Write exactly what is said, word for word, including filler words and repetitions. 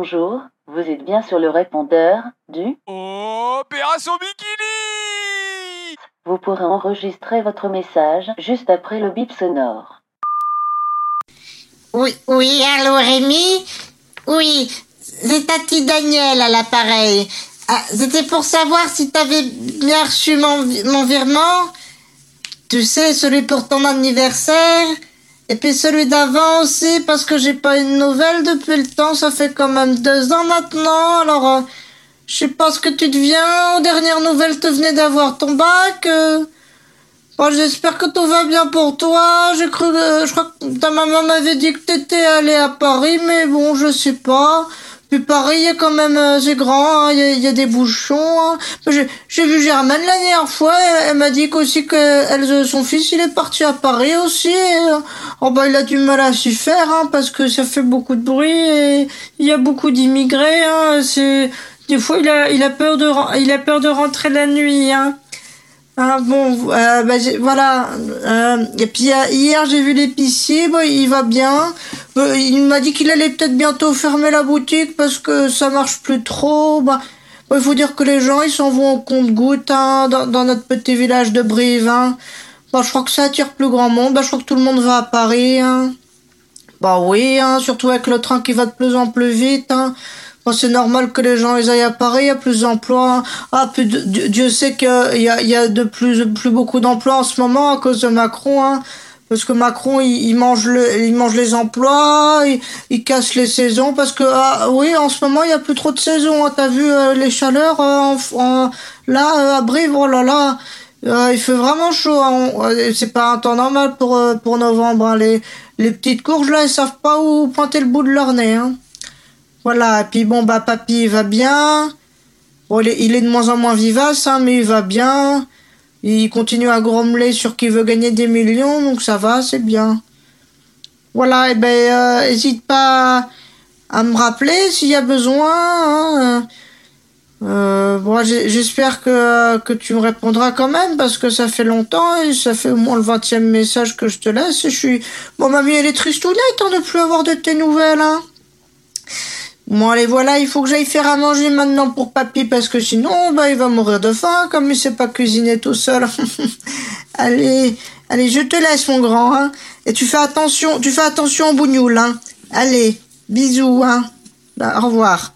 Bonjour, vous êtes bien sur le répondeur du... Opération Bikini. Vous pourrez enregistrer votre message juste après le bip sonore. Oui, oui, allô Rémi? Oui, c'est Tati Daniel à l'appareil. Ah, c'était pour savoir si t'avais bien reçu mon, mon virement. Tu sais, celui pour ton anniversaire. Et puis celui d'avant aussi, parce que j'ai pas eu de nouvelles depuis le temps. Ça fait quand même deux ans maintenant. Alors, euh, je sais pas ce que tu deviens. Aux dernières nouvelles, tu venais d'avoir ton bac. Euh... Bon, j'espère que tout va bien pour toi. J'ai cru, euh, je crois que ta maman m'avait dit que t'étais allé à Paris, mais bon, je sais pas. Puis Paris, il y a quand même, euh, c'est grand, il hein, y, y a des bouchons. Hein. J'ai, j'ai vu Germaine la dernière fois, elle, elle m'a dit qu'aussi que elle, son fils, il est parti à Paris aussi. Et, euh, oh bah, il a du mal à s'y faire, hein, parce que ça fait beaucoup de bruit et il y a beaucoup d'immigrés. Hein, c'est, des fois, il a, il a peur de, il a peur de rentrer la nuit. Hein. Ah bon, euh, bah, voilà. Euh, et puis euh, hier j'ai vu l'épicier, bah, il va bien. Euh, il m'a dit qu'il allait peut-être bientôt fermer la boutique parce que ça marche plus trop. Bah, bah, il faut dire que les gens ils s'en vont au compte-gouttes hein, dans, dans notre petit village de Brive. Hein. Bah, je crois que ça attire plus grand monde. Bah, je crois que tout le monde va à Paris. Hein. Bah oui, hein, surtout avec le train qui va de plus en plus vite. Hein. Bon, c'est normal que les gens ils aillent à Paris, il y a plus d'emplois. Ah, puis Dieu sait qu'il y a, il y a de plus, plus beaucoup d'emplois en ce moment à cause de Macron. Hein, parce que Macron, il, il, mange le, il mange les emplois, il, il casse les saisons. Parce que, ah, oui, en ce moment, il y a plus trop de saisons. Hein, t'as vu euh, les chaleurs euh, en, en, là, euh, à Brive, oh là là. Euh, il fait vraiment chaud. Hein. C'est pas un temps normal pour, euh, pour novembre. Hein. Les, les petites courges, là, elles savent pas où pointer le bout de leur nez. Hein. Voilà, et puis bon, bah, papy, il va bien. Bon, il est, il est de moins en moins vivace, hein, mais il va bien. Il continue à grommeler sur qu'il veut gagner des millions, donc ça va, c'est bien. Voilà, et ben, euh, hésite pas à me rappeler s'il y a besoin. Hein. Euh, bon, j'espère que, que tu me répondras quand même, parce que ça fait longtemps, et ça fait au moins le vingtième message que je te laisse, et je suis... Bon, mamie, elle est tristounette, hein, de plus avoir de tes nouvelles, hein. Bon allez voilà, il faut que j'aille faire à manger maintenant pour papy parce que sinon bah il va mourir de faim comme il sait pas cuisiner tout seul. allez, allez, je te laisse mon grand hein. Et tu fais attention, tu fais attention au bougnoul hein. Allez, bisous hein. Bah, au revoir.